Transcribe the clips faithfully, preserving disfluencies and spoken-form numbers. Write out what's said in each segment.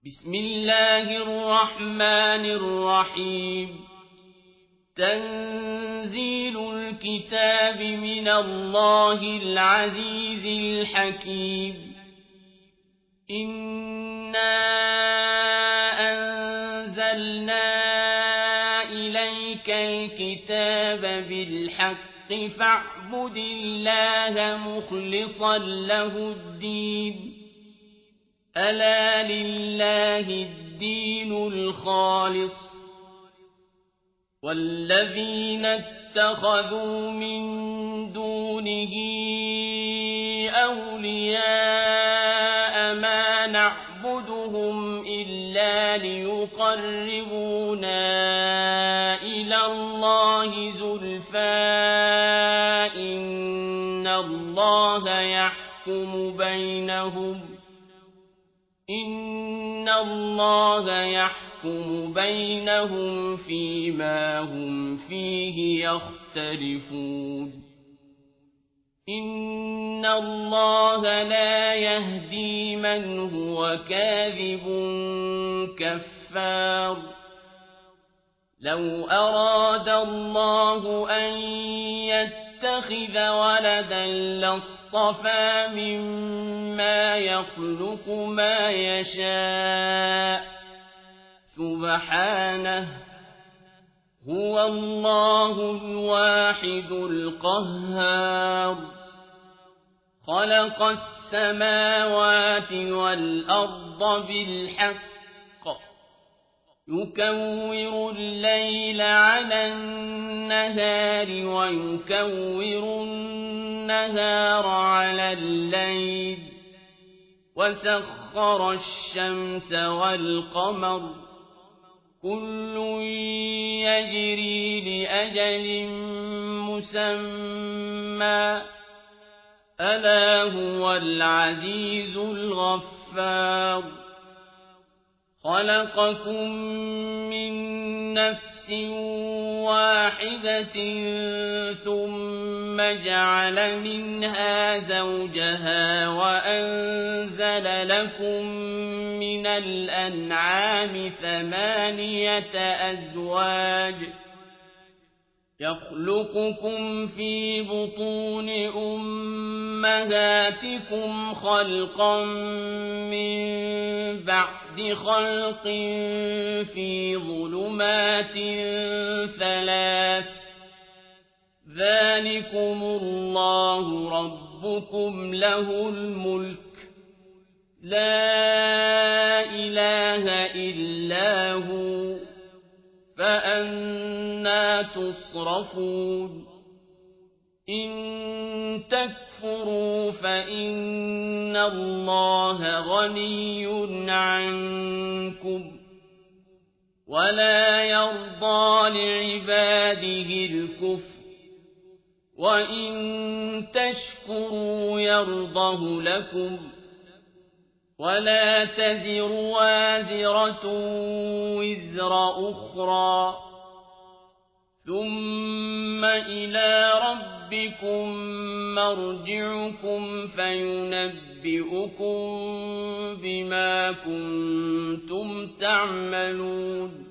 بسم الله الرحمن الرحيم تنزيل الكتاب من الله العزيز الحكيم إنا أنزلنا إليك الكتاب بالحق فاعبد الله مخلصا له الدين ألا لله الدين الخالص والذين اتخذوا من دونه أولياء ما نعبدهم إلا ليقربونا إلى الله زلفى إن الله يحكم بينهم إن الله يحكم بينهم فيما هم فيه يختلفون إن الله لا يهدي من هو كاذب كفار لو أراد الله أن يتخذ ولدا لاصطفى مما يخلق ما يشاء سبحانه هو الله الواحد القهار خلق السماوات والأرض بالحق يكور الليل على النهار ويكور النهار على الليل وسخر الشمس والقمر كل يجري لأجل مسمى ألا هو العزيز الغفار خلقكم من نفس واحدة ثم جعل منها زوجها وأنزل لكم من الأنعام ثمانية أزواج يخلقكم في بطون أمهاتكم خلقا من بعد خلق في ظلمات ثلاث ذلكم الله ربكم له الملك لا إله إلا هو فأنى تصرفون إن تكفروا فإن الله غني عنكم ولا يرضى لعباده الكفر وإن تشكروا يرضه لكم ولا تزر وازرة وزر أخرى ثم إلى ربكم مرجعكم فينبئكم بما كنتم تعملون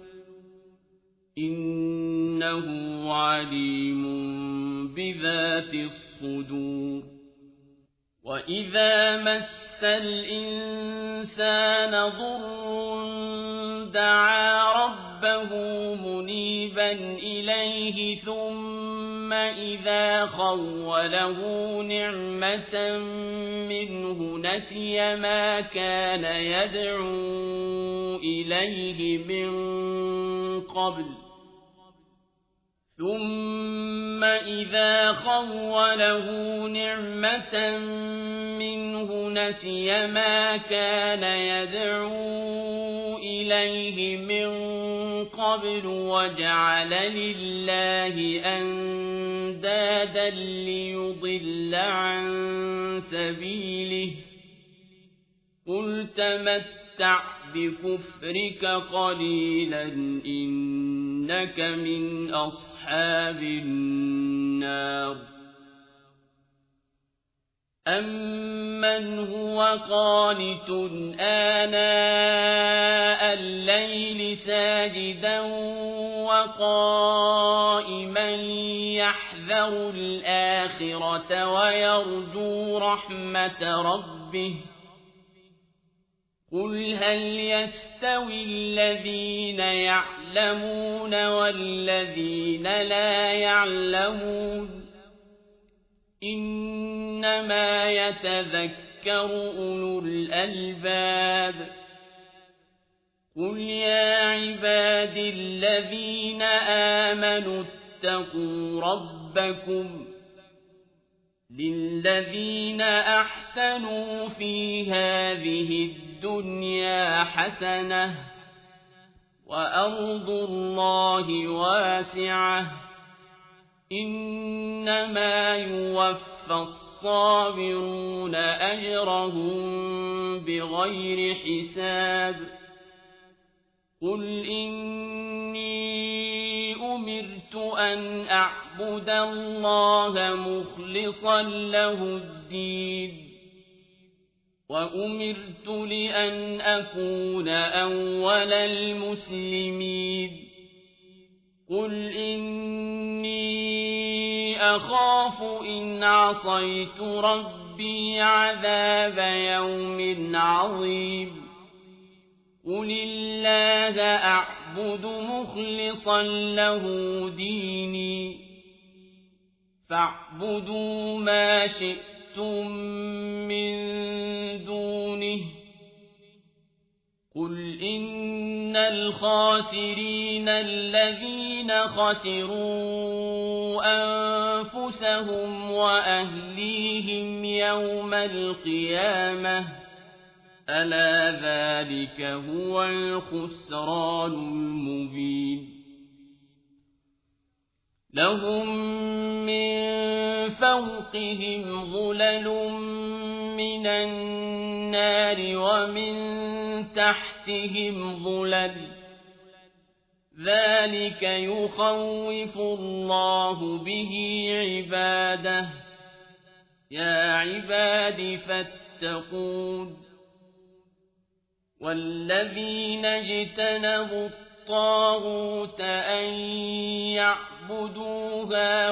إنه عليم بذات الصدور وإذا مس الإنسان ضر دعا ربه منيبا إليه ثم إذا خوله نعمة منه نسي ما كان يدعو إليه من قبل ثم إذا خوله نعمة منه نسي ما كان يدعو إليه من قبل وجعل لله أندادا ليضل عن سبيله قل تمتع بكفرك قليلا إنك من أصحاب النار أَمَّنْ هُوَ قَانِتٌ آنَاءَ الليل ساجدا وقائما يحذر الآخرة ويرجو رحمة ربه قل هل يستوي الذين يعلمون والذين لا يعلمون إنما يتذكر أولو الألباب قل يا عباد الذين آمنوا اتقوا ربكم للذين أحسنوا في هذه الدنيا حسنة وأرض الله واسعة إنما يوفى الصابرون أجرهم بغير حساب قل إني أمرت أن أعبد الله مخلصا له الدين وأمرت لأن أكون أول المسلمين قل إني أخاف إن عصيت ربي عذاب يوم عظيم قل الله أعبد مخلصا له ديني فاعبدوا ما شئتم من دونه قل إن الخاسرين الذين خسروا أنفسهم وأهليهم يوم القيامة ألا ذلك هو الخسران المبين لهم من فوقهم ظلل من النار ومن تحتهم ظلل ذلك يخوف الله به عباده يا عباد فاتقون والذين اجتنبوا الطاغوت أن يعبدوها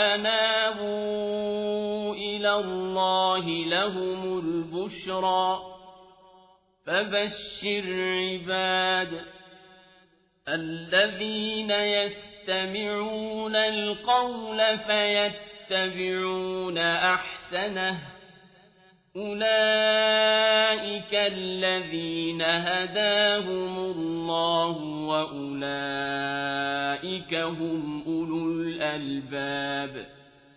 وأنابوا إلى الله لهم البشرى فبشر عباد الذين يستمعون القول فيتبعون أحسنه أولئك الذين هداهم الله وأولئك هم أولو الألباب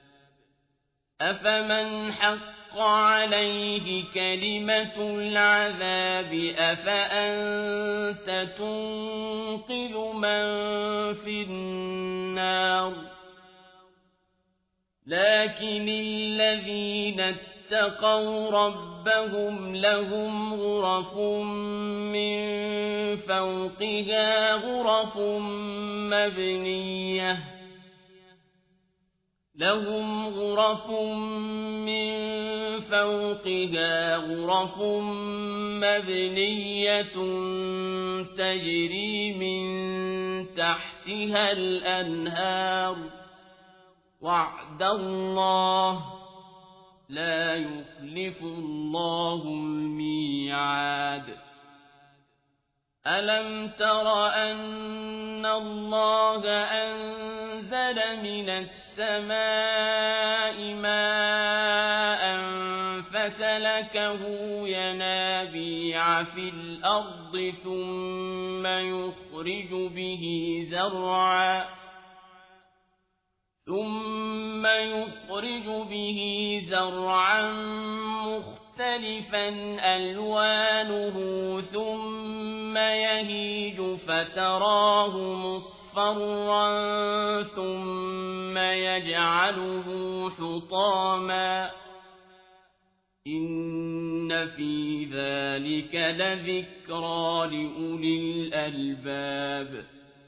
أفمن حق عليه كلمة العذاب أفأنت تنقذ من في النار لكن الذين اتقوا ربهم لهم غرف من فوقها غرف مبنية لهم غرف من فوقها غرف مبنية تجري من تحتها الأنهار وعد الله لا يخلف الله الميعاد ألم تر أن الله أنزل من السماء ماء فسلكه ينابيع في الأرض ثم يخرج به زرعا ثم يخرج به زرعا مختلفا ألوانه ثم يهيج فتراه مصفرا ثم يجعله حطاما إن في ذلك لذكرى لأولي الألباب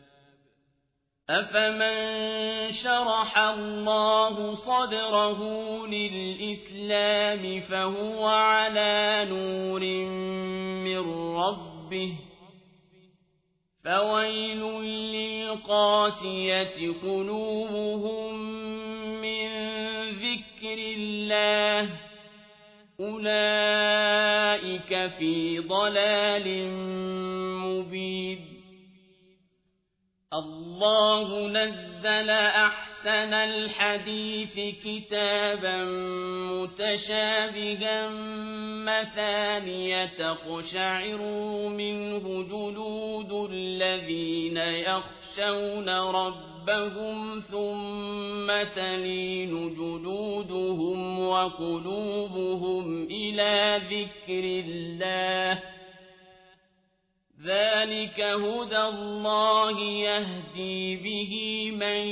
أفمن شرح الله صدره للإسلام فهو على نور من ربه فويل للقاسية قلوبهم من ذكر الله أولئك في ضلال مبين الله نزل أحسن الحديث كتابا متشابها مثانية تقشعر منه جلود الذين يخشون ربهم ثم تلين جلودهم وقلوبهم إلى ذكر الله ذلك هدى الله يهدي به من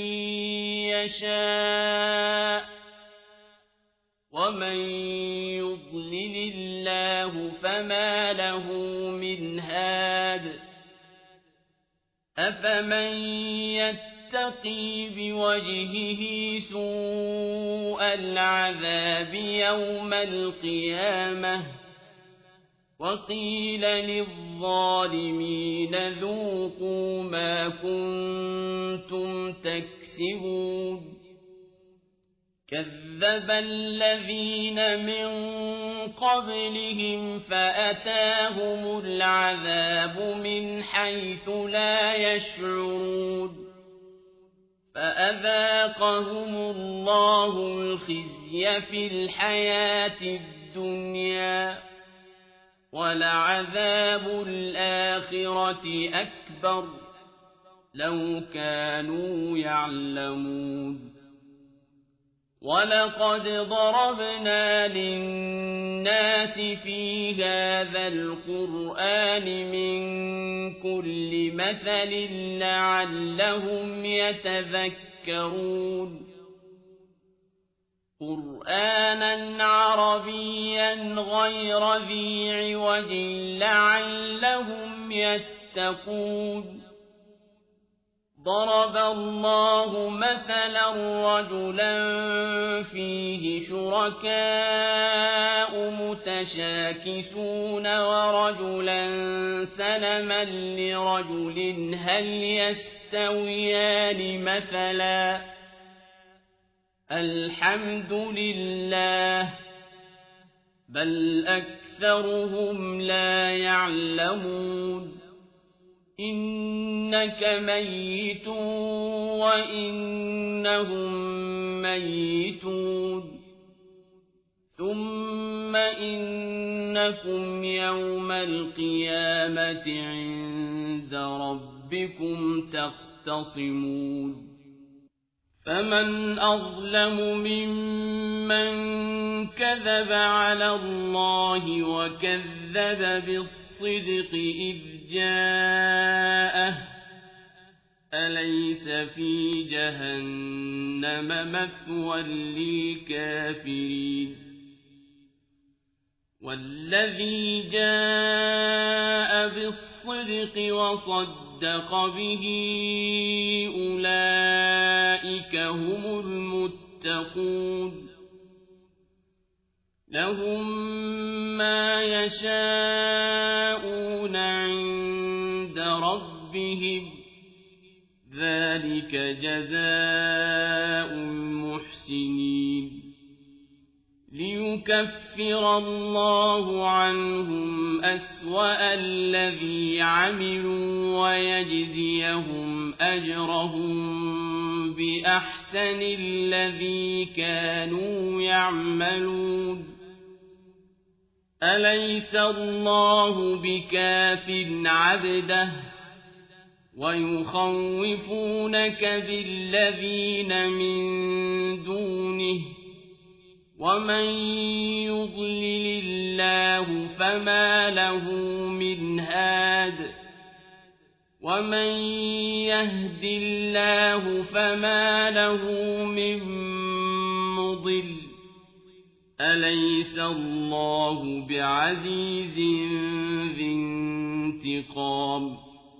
يشاء ومن يضلل الله فما له من هاد أفمن يتقي بوجهه سوء العذاب يوم القيامة وقيل للظالمين ذوقوا ما كنتم تكسبون كذب الذين من قبلهم فأتاهم العذاب من حيث لا يشعرون فأذاقهم الله الخزي في الحياة الدنيا ولعذاب الآخرة أكبر لو كانوا يعلمون ولقد ضربنا للناس في هذا القرآن من كل مثل لعلهم يتذكرون قرآنا عربيا غير ذي عوج لعلهم يتقون ضرب الله مثلا رجلا فيه شركاء متشاكسون ورجلا سلما لرجل هل يستويان مثلا الحمد لله بل أكثرهم لا يعلمون إنك ميت وإنهم ميتون ثم إنكم يوم القيامة عند ربكم تختصمون فمن أظلم ممن كذب على الله وكذب بالصدق إذ جاءه أليس في جهنم مثوى للكافرين والذي جاء بالصدق وصدق به أولئك هم المتقون لهم ما يشاءون عند ربهم ذلك جزاء المحسنين ليكفر الله عنهم أسوأ الذي عملوا ويجزيهم أجرهم بأحسن الذي كانوا يعملون أليس الله بكاف عبده ويخوفونك بالذين من دونه ومن يضلل الله فما له من هاد ومن يهد الله فما له من مضل أليس الله بعزيز ذي انتقام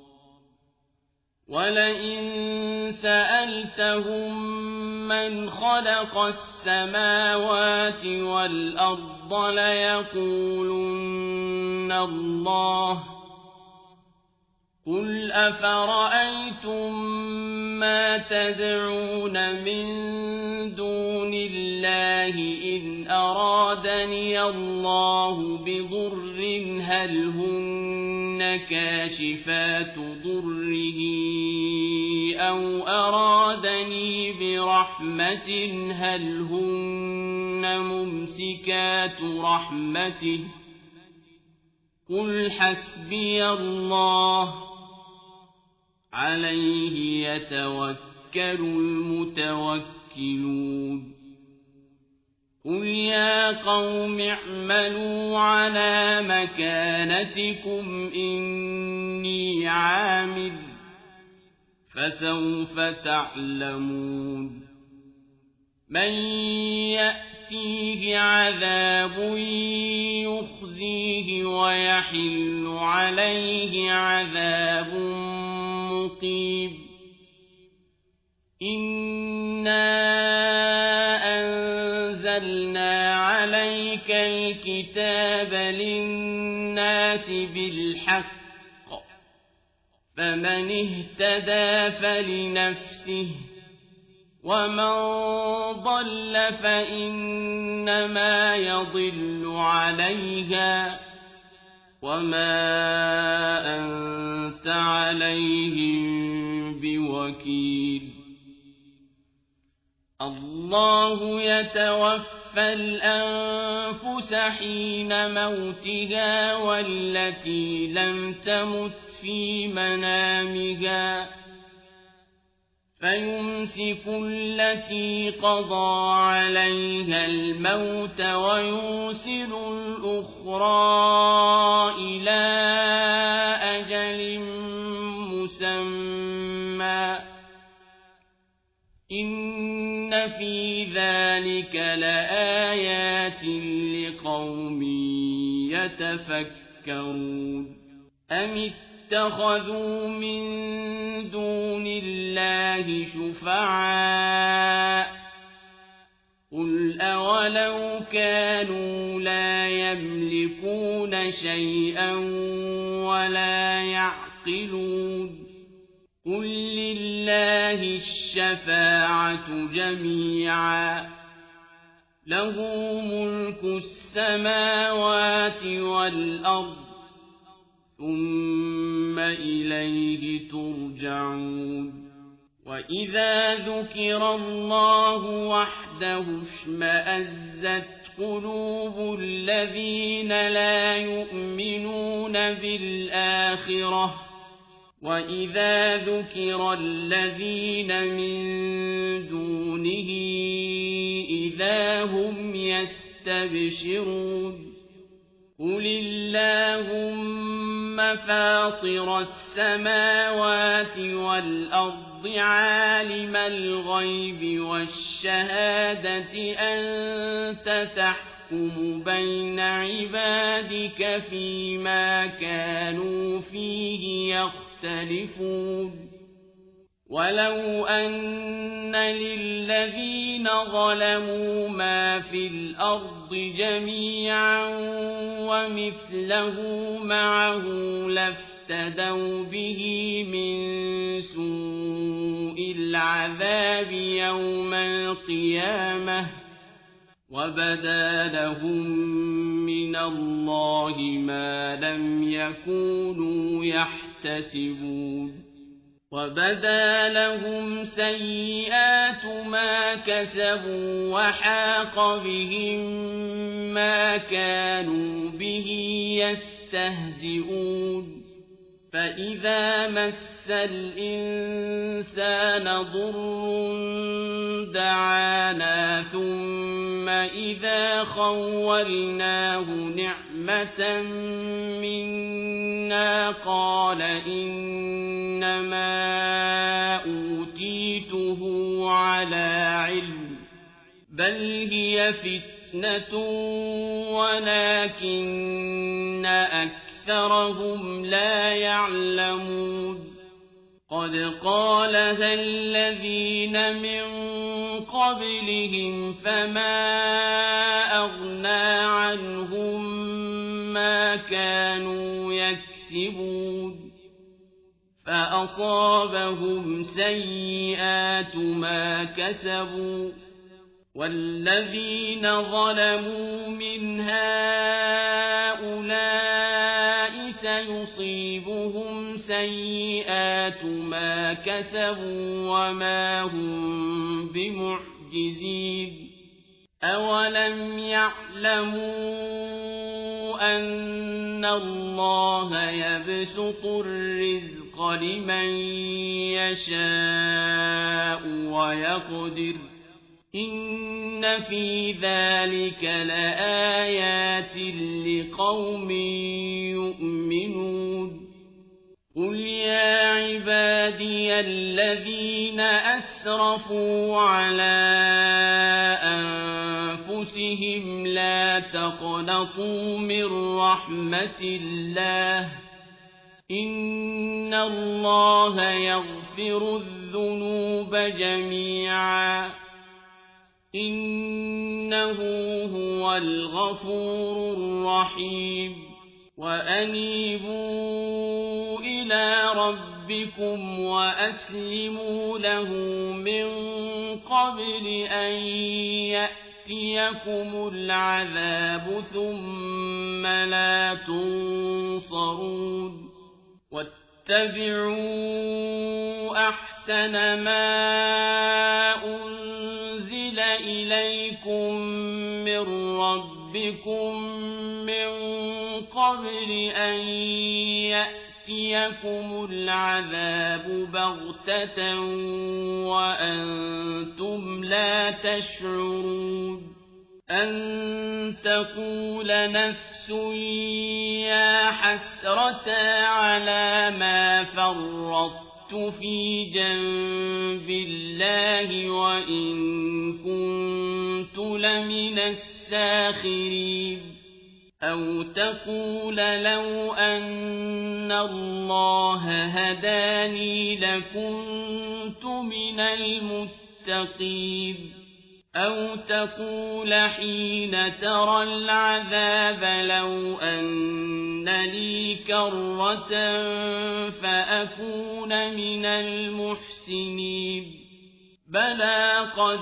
ولئن سألتهم من خلق السماوات والأرض ليقولن الله قل أفرأيتم ما تدعون من دون الله إن أرادني الله بضر هل هن كاشفات ضره أو أرادني برحمة هل هن ممسكات رحمته قل حسبي الله عليه يتوكل المتوكلون قل يا قوم اعملوا على مكانتكم إني عامل فسوف تعلمون من يأتيه عذاب يخزيه ويحل عليه عذاب مقيم إنا أنزلنا عليك الكتاب للناس بالحق فمن اهتدى فلنفسه ومن ضل فإنما يضل عليها وما أنت عليهم بوكيل الله يتوفى الأنفس حين موتها والتي لم تمت في منامها فيمسك التي قضى عليها الموت ويرسل الأخرى إلى أجل مسمى إن في ذلك لآيات لقوم يتفكرون أم اتخذوا من دون الله شفعاء قل أولو كانوا لا يملكون شيئا ولا يعقلون قل لله الشفاعة جميعا له ملك السماوات والأرض ثم إليه ترجعون وإذا ذكر الله وحده اشمأزت قلوب الذين لا يؤمنون بالآخرة وإذا ذكر الذين من دونه إذا هم يستبشرون قل اللهم فاطر السماوات والأرض عالم الغيب والشهادة أنت تحكم بين عبادك فيما كانوا فيه يختلفون ولو أن للذين ظلموا ما في الأرض جميعا ومثله معه لافتدوا به من سوء العذاب يوم القيامة وبدا لهم من الله ما لم يكونوا يحتسبون وبدا لهم سيئات ما كسبوا وحاق بهم ما كانوا به يستهزئون فإذا مس الإنسان ضر دعانا ثم إذا خولناه نعمة منا قال إنما أوتيته على علم بل هي فتنة ولكن أكثرهم لا يعلمون قد قالها الذين من قبلهم فما أغنى عنهم ما كانوا يكسبون فأصابهم سيئات ما كسبوا والذين ظلموا من هؤلاء سيصيبهم سيئات ما كسبوا وما هم بمعجزين أولم يعلموا أن الله يبسط الرزق لمن يشاء ويقدر إن في ذلك لآيات لقوم يؤمنون قل يا عبادي الذين أسرفوا على أنفسهم لا تقنطوا من رحمة الله إن الله يغفر الذنوب جميعا إنه هو الغفور الرحيم وأنيبوا إلى ربكم وأسلموا له من قبل أن يأتيكم العذاب ثم لا تنصرون واتبعوا أحسن ما أنزل إليكم من ربكم من قبل أن يأتيكم العذاب بغتة وأنتم لا تشعرون أن تقول نفس يا حسرة على ما فرطت في جنب الله وإن كنت لمن الساخرين أو تقول لو أن الله هداني لكنت من المتقين أو تقول حين ترى العذاب لو أن لي كرة فأكون من المحسنين بلى قد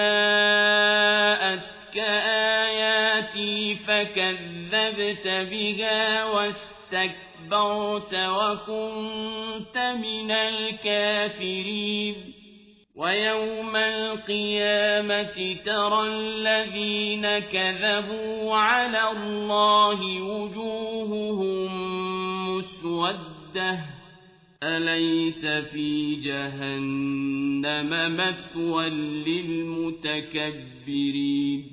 جاءتك آياتي فكذبت بها واستكبرت وكنت من الكافرين ويوم القيامة ترى الذين كذبوا على الله وجوههم مسودة أليس في جهنم مثوى للمتكبرين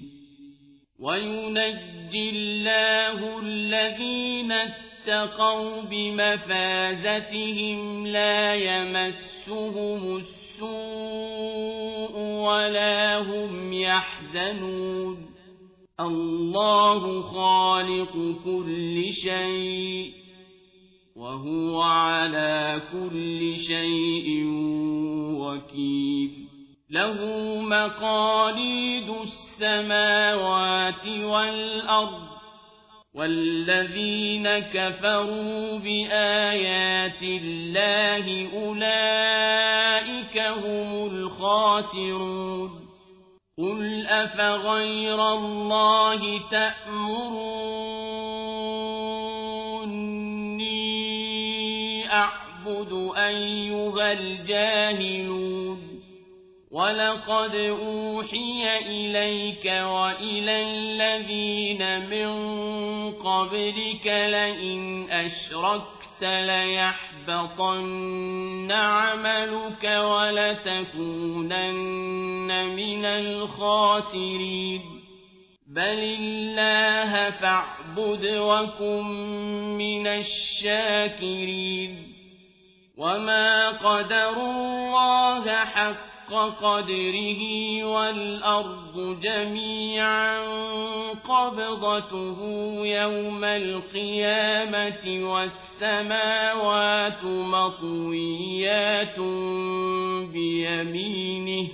وينجي الله الذين اتقوا بمفازتهم لا يمسهم السوء ولا هم يحزنون الله خالق كل شيء وهو على كل شيء وكيل له مقاليد السماوات والأرض والذين كفروا بآيات الله أولئك هم الخاسرون قل أفغير الله تأمروني أعبد أيها الجاهلون ولقد أوحي إليك وإلى الذين من قبلك لئن أشركت ليحبطن عملك ولتكونن من الخاسرين بل الله فاعبد وكن من الشاكرين وما قدروا الله حق قدره والأرض جميعا قبضته يوم القيامة والسماوات مطويات بيمينه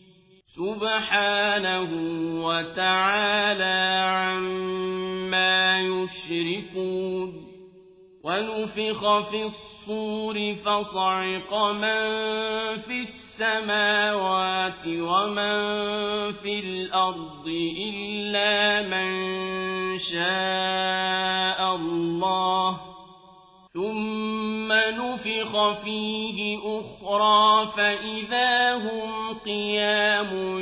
سبحانه وتعالى عما يشركون ونفخ في الصور الصور فصعق من في السماوات ومن في الأرض إلا من شاء الله ثم نفخ فيه أخرى فإذا هم قيام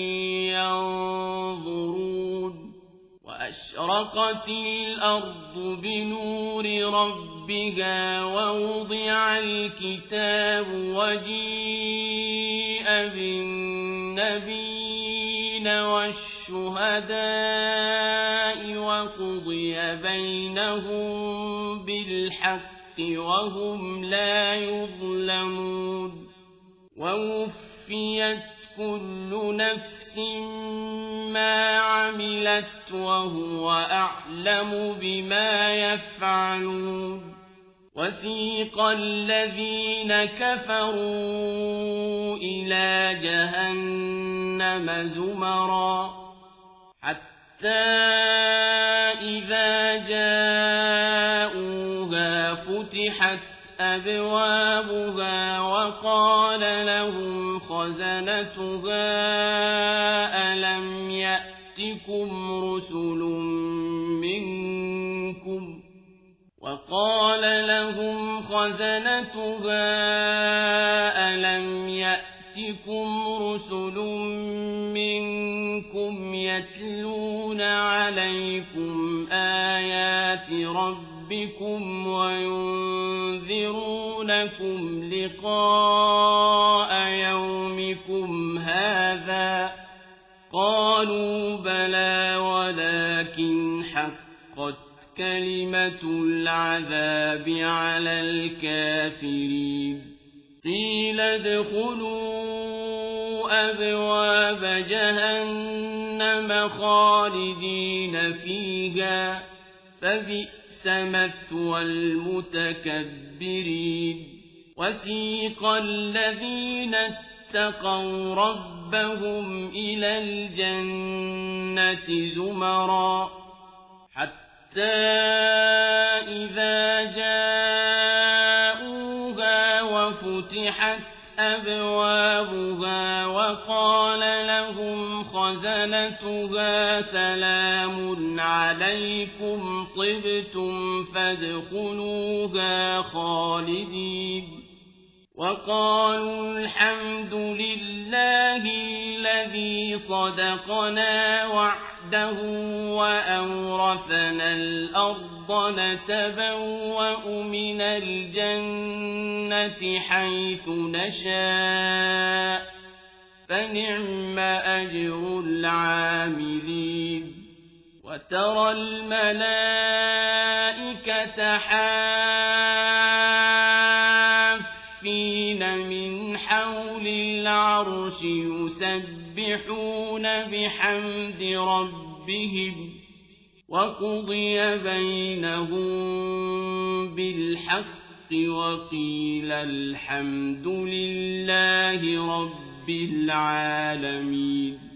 ينظرون وأشرقت الأرض بنور ربها ووضع الكتاب وجيء بالنبيين والشهداء وقضي بينهم بالحق وهم لا يظلمون ووفيت كل نفس ما عملت وهو أعلم بما يفعلون وسيق الذين كفروا إلى جهنم زمرا حتى إذا جاءوها فتحت أبوابها وقال لهم خزنتها ألم يأتكم رسل منكم وقال لهم خزنتها ألم يأتكم رسل منكم يتلون عليكم آيات ربكم وينذرونكم لقاء يومكم هذا قالوا بلى ولكن حقت كلمة العذاب على الكافرين قيل ادخلوا أبواب جهنم خالدين فيها فبئس مثوى المتكبرين وسيق الذين اتقوا ربهم إلى الجنة زمرا حتى إذا جاءوها وفتحت أبوابها وقال لهم خزنتها سلام عليكم طبتم فادخلوها خالدين وقالوا الحمد لله الذي صدقنا وعده وأورثنا الأرض نتبوأ من الجنة حيث نشاء فنعم أجر العاملين وترى الملائكة حافين من حول العرش يسبحون بحمد ربهم وقضي بينهم بالحق وقيل الحمد لله رب العالمين